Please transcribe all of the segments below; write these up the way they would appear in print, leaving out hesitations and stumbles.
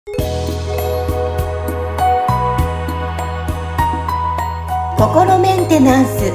心メンテナンス。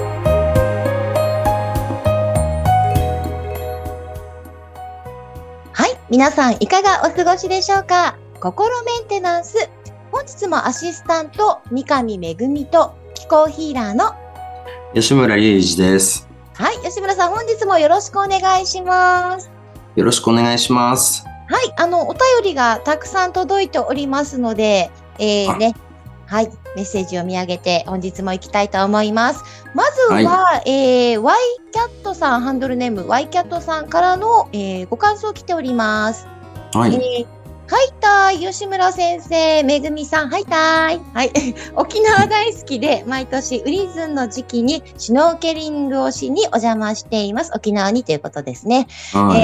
はい、皆さんいかがお過ごしでしょうか。心メンテナンス。本日もアシスタント三上恵と気候ヒーラーの吉村隆二です。 はい、吉村さん、本日もよろしくお願いします。 よろしくお願いします。 はい、お便りがたくさん届いておりますので、はい、メッセージを見上げて本日も行きたいと思います。まずは、Y キャットさん、ハンドルネーム Y キャットさんからの、ご感想来ております。 はい。 はいたい、吉村先生、めぐみさん、はいたい。はい。沖縄大好きで、毎年、ウリズンの時期にシュノーケリングをしにお邪魔しています。沖縄にということですね。 はい。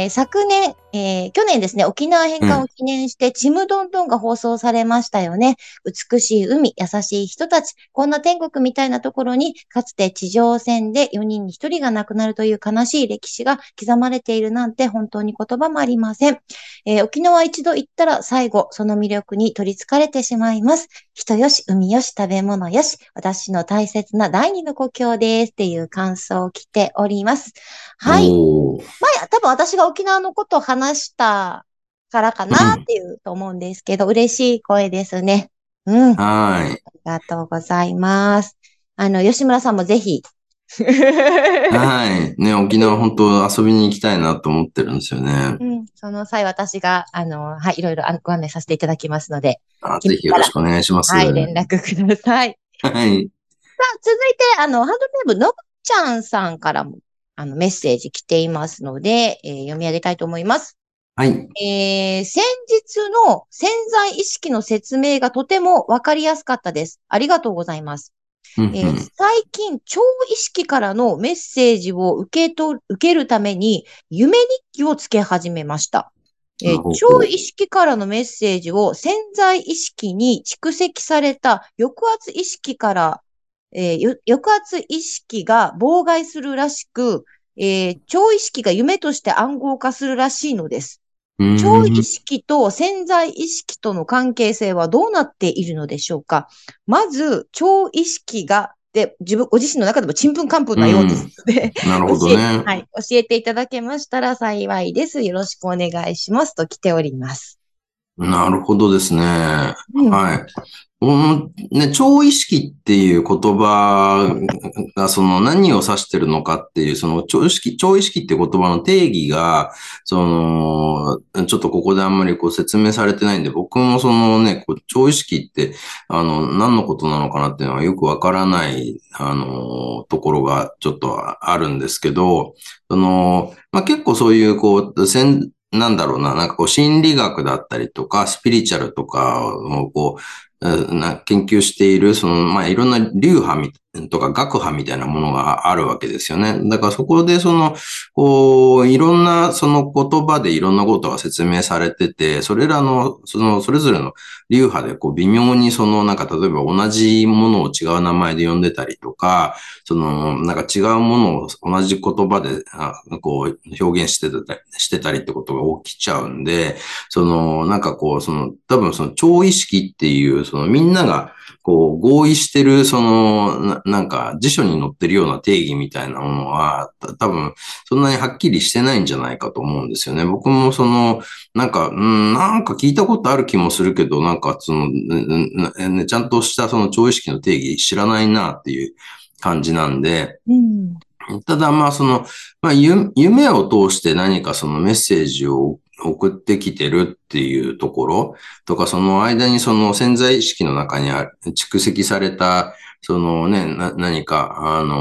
昨年、去年ですね、沖縄返還を記念して、ちむどんどんが放送されましたよね。美しい海、優しい人たち、こんな天国みたいなところに、かつて地上戦で4人に1人が亡くなるという悲しい歴史が刻まれているなんて、本当に言葉もありません。沖縄一度行ったら最後、その魅力に取り憑かれてしまいます。人よし、海よし、食べ物よし、私の大切な第二の故郷ですっていう感想を来ております。はい。前、多分私が沖縄のことを話したからかなっていうと思うんですけど、嬉しい声ですね。うん。 はい。 ありがとうございます。吉村さんもぜひ、 はい。ね、沖縄本当遊びに行きたいなと思ってるんですよね。 うん、その際私が、はい、いろいろご案内させていただきますので、 ぜひよろしくお願いします。 はい、連絡ください。 はい。 さあ、続いて、ハンドルネーム、のぶちゃんさんからも、メッセージ来ていますので、読み上げたいと思います。 はい。 先日の潜在意識の説明がとてもわかりやすかったです。ありがとうございます。最近、超意識からのメッセージを受けるために、夢日記をつけ始めました。超意識からのメッセージを潜在意識に蓄積された抑圧意識から、抑圧意識が妨害するらしく、超意識が夢として暗号化するらしいのです。超意識と潜在意識との関係性はどうなっているのでしょうか。まず、超意識が、ご自身の中でもちんぷんかんぷんなようですので、 なるほどね。 はい、教えていただけましたら幸いです。よろしくお願いしますと来ております。 なるほどですね。はい。ね、超意識っていう言葉がその何を指してるのかっていう、その超意識っていう言葉の定義が、ちょっとここであんまりこう説明されてないんで、僕もそのね、超意識って、何のことなのかなっていうのはよくわからない、ところがちょっとあるんですけど、結構そういう、なんだろうな、なんかこう心理学だったりとか、スピリチュアルとかをこう、研究している、いろんな流派とか学派みたいなものがあるわけですよね。だからそこでいろんなその言葉でいろんなことが説明されてて、それらの、それぞれの流派でこう微妙になんか例えば同じものを違う名前で呼んでたりとか、なんか違うものを同じ言葉で、こう表現してたりってことが起きちゃうんで、なんかこう、多分超意識っていう、みんなが、こう、合意してる、なんか、辞書に載ってるような定義みたいなものは、多分、そんなにはっきりしてないんじゃないかと思うんですよね。僕もなんか、なんか聞いたことある気もするけど、なんか、ちゃんとした超意識の定義知らないなっていう感じなんで、ただ、夢を通して何かそのメッセージを送ってきてるっていうところとか、その間にその潜在意識の中に蓄積された、何か、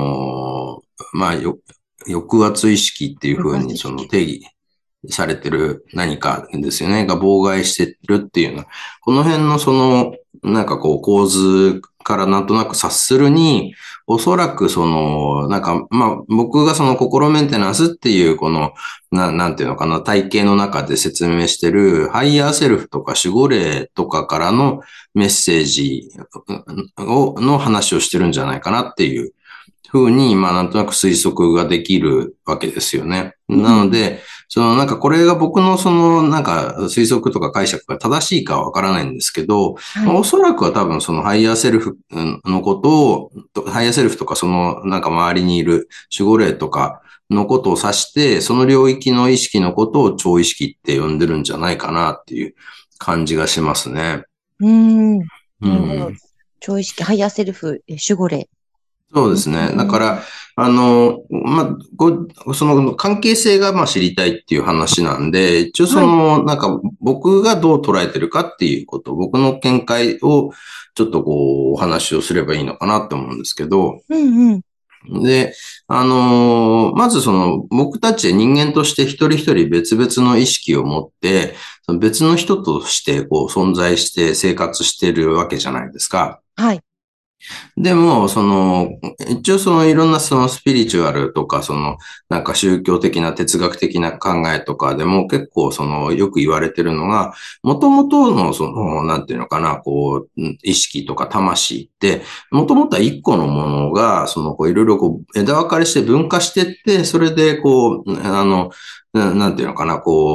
抑圧意識っていうふうにその定義されてる何かですよね、が妨害してるっていうのは、この辺のなんかこう構図からなんとなく察するに、おそらくなんか、僕が心メンテナンスっていうなんていうのかな、体系の中で説明してるハイヤーセルフとか守護霊とかからのメッセージの話をしてるんじゃないかなっていう風に、まあなんとなく推測ができるわけですよね。 うん。 なので、なんかこれが僕のなんか推測とか解釈が正しいかはわからないんですけど、 はい。 まあおそらくは多分そのハイヤーセルフのことを、ハイヤーセルフとかなんか周りにいる守護霊とかのことを指して、その領域の意識のことを超意識って呼んでるんじゃないかなっていう感じがしますね。 うーん。 うなるほど。 ん。 超意識、ハイヤーセルフ、守護霊。 そううーですね。だかん。 ら、まあ、その関係性がまあ知りたいっていう話なんで、一応はい。 なんか僕がどう捉えてるかっていうこと、僕の見解をちょっとお話をすればいいのかなって思うんですけど、 うんうん。 で、まず僕たち人間として一人一人別々の意識を持って、その別の人として存在して生活してるわけじゃないですか。 はい。 でも、一応いろんなスピリチュアルとか、なんか宗教的な哲学的な考えとかでも結構よく言われてるのが、元々のなんていうのかな、意識とか魂って、元々は一個のものが、いろいろ枝分かれして分化してって、それでなんていうのかな、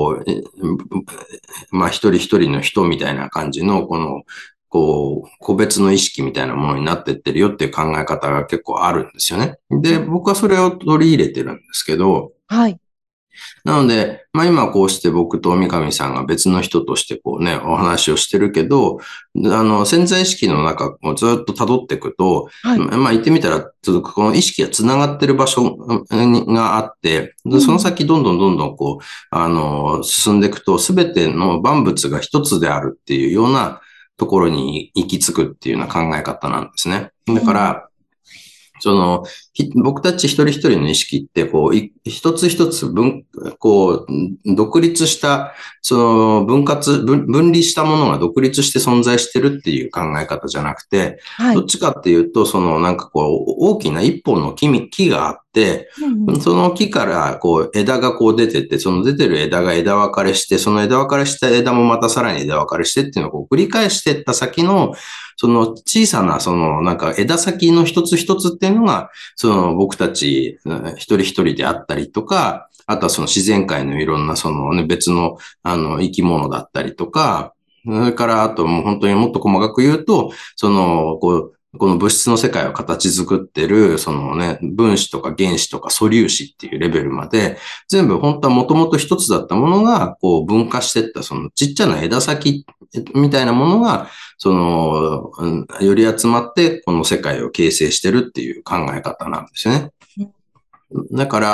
まあ一人一人の人みたいな感じの、個別の意識みたいなものになってってるよっていう考え方が結構あるんですよね。で、僕はそれを取り入れてるんですけど、 はい。 なので、まあ今こうして僕と三上さんが別の人としてお話をしてるけど、潜在意識の中をずっと辿っていくと、 はい。 まあ言ってみたら、ちょっとこの意識が繋がってる場所があって、でそのうん。 先どんどんどんどん進んでいくと、すべての万物が一つであるっていうようなところに行き着くっていうような考え方なんですね。だうん。 から、その、僕たち一人一人の意識って、一つ一つ独立した、分離したものが独立して存在してるっていう考え方じゃなくて、 はい。 どっちかっていうと、なんか大きな一本の木があって、 うんうん。 その木から枝が出てって、その出てる枝が枝分かれして、その枝分かれした枝もまたさらに枝分かれしてっていうのを繰り返していった先の、その小さな、なんか枝先の一つ一つっていうのが、僕たち一人一人であったりとか、あとは自然界のいろんな別の生き物だったりとか、それからあともう本当にもっと細かく言うと、この物質の世界を形作ってる、分子とか原子とか素粒子っていうレベルまで、全部本当はもともと一つだったものが、分化していったちっちゃな枝先みたいなものが、より集まってこの世界を形成してるっていう考え方なんですよね。だから、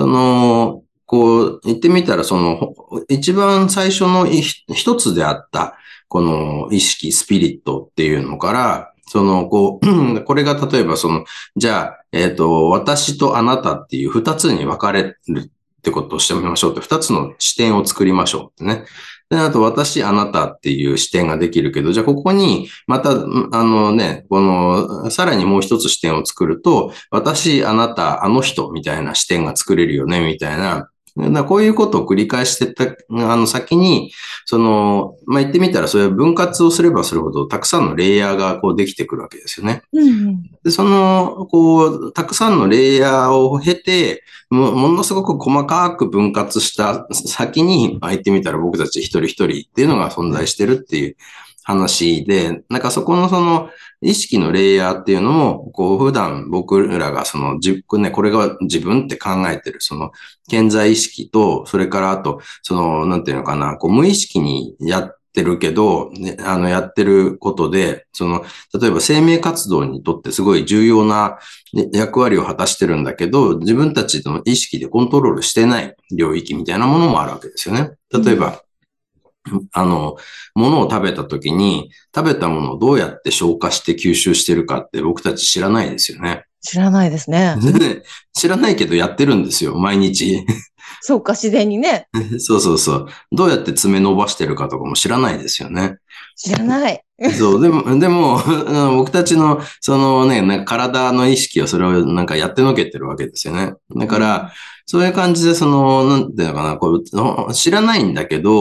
言ってみたら、一番最初の一つであった、この意識、スピリットっていうのから、これが例えばじゃあ、私とあなたっていう二つに分かれるってことをしてみましょうって、二つの視点を作りましょうってね。で、あと、私、あなたっていう視点ができるけど、じゃあ、ここに、また、さらにもう一つ視点を作ると、私、あなた、あの人みたいな視点が作れるよね、みたいな。こういうことを繰り返していった、先に、まあ、言ってみたら、それ分割をすればするほど、たくさんのレイヤーができてくるわけですよね。 うんうん。 で、たくさんのレイヤーを経て、ものすごく細かく分割した先に、まあ言ってみたら僕たち一人一人っていうのが存在してるっていう話で、なんかそこの意識のレイヤーっていうのも、普段僕らがこれが自分って考えてる、潜在意識と、それからあと、なんていうのかな、無意識にやってるけど、ね、やってることで、例えば生命活動にとってすごい重要な役割を果たしてるんだけど、自分たちの意識でコントロールしてない領域みたいなものもあるわけですよね。例えば、ものを食べた時に、食べたものをどうやって消化して吸収してるかって僕たち知らないですよね。 知らないですね。 知らないけどやってるんですよ、毎日。 そうか、自然にね。 そうそうそう。どうやって爪伸ばしてるかとかも知らないですよね。 知らない。 そう、でも、僕たちの、なんか体の意識はそれをなんかやってのけてるわけですよね。だから、 うん。 そういう感じで、なんていうのかな、知らないんだけど、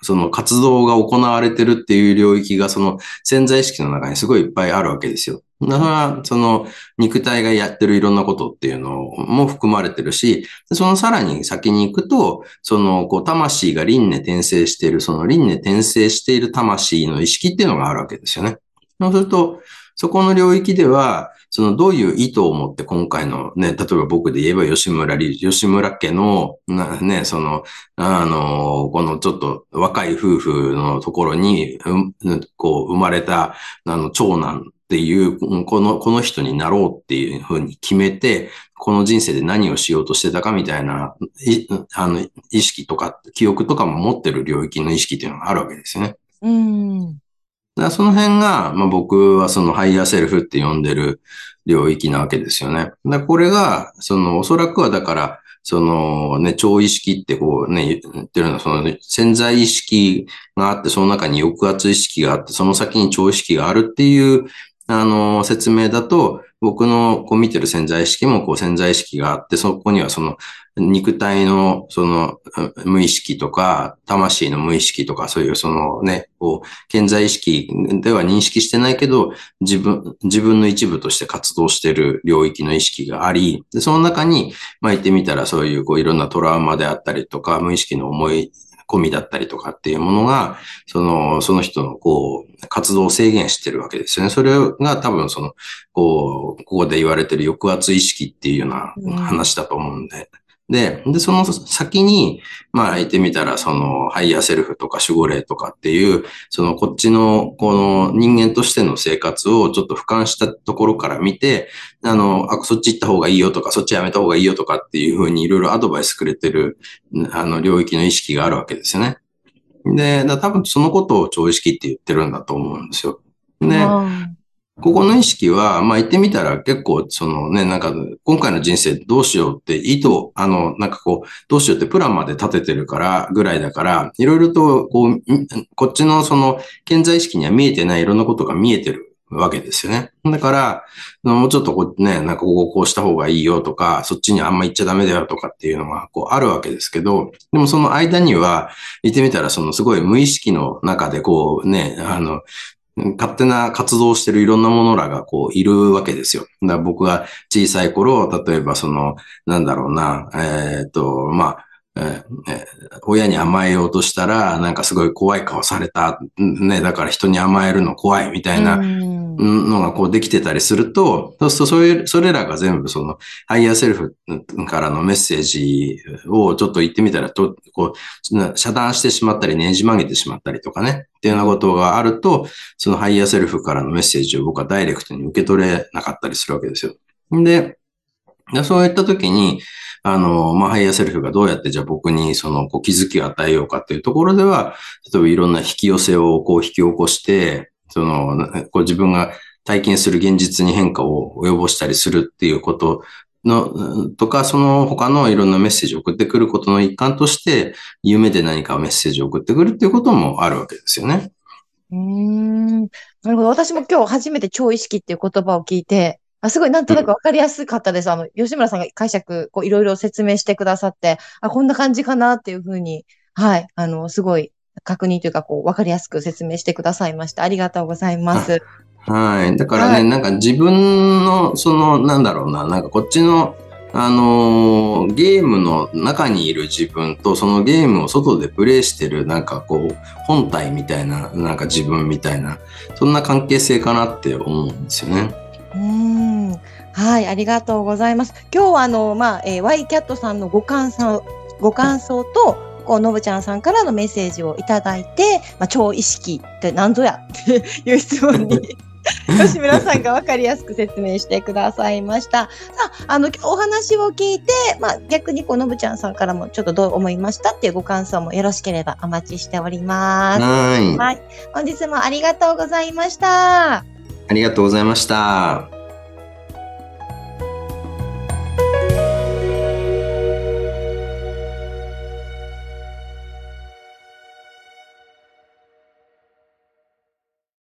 その活動が行われてるっていう領域がその潜在意識の中にすごいいっぱいあるわけですよ。だから、その肉体がやってるいろんなことっていうのも含まれてるし、そのさらに先に行くと、そのこう魂が輪廻転生している、その輪廻転生している魂の意識っていうのがあるわけですよね。そうすると、そこの領域では、そのどういう意図を持って今回のね、例えば僕で言えば吉村家の、ね、その、このちょっと若い夫婦のところに、こう生まれた、長男っていう、この人になろうっていうふうに決めて、この人生で何をしようとしてたかみたいな、意識とか、記憶とかも持ってる領域の意識っていうのがあるわけですよね。 うん。 だからその辺が、まあ、僕はそのハイヤーセルフって呼んでる領域なわけですよね。だからこれが、そのおそらくはだから、そのね、超意識ってこうね、言ってるのは、その潜在意識があって、その中に抑圧意識があって、その先に超意識があるっていう、説明だと、僕のこう見てる潜在意識もこう潜在意識があって、そこにはその肉体のその無意識とか、魂の無意識とか、そういうそのね、こう、潜在意識では認識してないけど、自分の一部として活動している領域の意識があり、で、その中に、まあ言ってみたらそういうこういろんなトラウマであったりとか、無意識の思い込みだったりとかっていうものが、その人のこう、活動を制限してるわけですよね。それが多分その、ここで言われてる抑圧意識っていうような話だと思うんで。で、その先に、まあ、言ってみたら、その、ハイヤーセルフとか守護霊とかっていう、その、こっちの、この人間としての生活をちょっと俯瞰したところから見て、そっち行った方がいいよとか、そっちやめた方がいいよとかっていうふうにいろいろアドバイスくれてる、領域の意識があるわけですよね。で、多分そのことを超意識って言ってるんだと思うんですよ。で、ここの意識は、まあ言ってみたら結構、そのね、なんか、今回の人生どうしようって意図、なんかこう、どうしようってプランまで立ててるから、ぐらいだから、いろいろと、こう、こっちのその、潜在意識には見えてないいろんなことが見えてるわけですよね。だから、もうちょっとこうね、なんかこうした方がいいよとか、そっちにあんま行っちゃダメだよとかっていうのが、こうあるわけですけど、でもその間には、言ってみたら、そのすごい無意識の中でこうね、勝手な活動をしてるいろんなものらがこういるわけですよ。だから僕が小さい頃、例えばその、なんだろうな、まあ、親に甘えようとしたら、なんかすごい怖い顔された。ね、だから人に甘えるの怖いみたいなのがこうできてたりすると、そうするとそれらが全部そのハイヤーセルフからのメッセージをちょっと言ってみたらこう、遮断してしまったりねじ曲げてしまったりとかね、っていうようなことがあると、そのハイヤーセルフからのメッセージを僕はダイレクトに受け取れなかったりするわけですよ。で、そういった時に、まあ、ハイヤーセルフがどうやってじゃあ僕にそのこう気づきを与えようかっていうところでは、例えばいろんな引き寄せをこう引き起こして、こう自分が体験する現実に変化を及ぼしたりするっていうこととか、その他のいろんなメッセージを送ってくることの一環として、夢で何かメッセージを送ってくるっていうこともあるわけですよね。 なるほど。私も今日初めて超意識っていう言葉を聞いて、すごいなんとなくわかりやすかったです。吉村さんが解釈、こういろいろ説明してくださって、こんな感じかなっていうふうに、はい、すごい確認というか、こう、わかりやすく説明してくださいました。ありがとうございます。 はい。だからね、 はい。 なんか自分の、なんだろうな、なんかこっちの、ゲームの中にいる自分と、そのゲームを外でプレイしてる、なんかこう、本体みたいな、なんか自分みたいな、そんな関係性かなって思うんですよね。 はい、ありがとうございます。今日はまあ、Y キャットさんのご感想と、こう、のぶちゃんさんからのメッセージをいただいて、まあ、超意識って何ぞやっていう質問に吉村さんが分かりやすく説明してくださいました。さあ、今日お話を聞いて、まあ、逆にのぶちゃんさんからもちょっとどう思いましたっていうご感想もよろしければお待ちしております。はい。本日もありがとうございました。 ありがとうございました。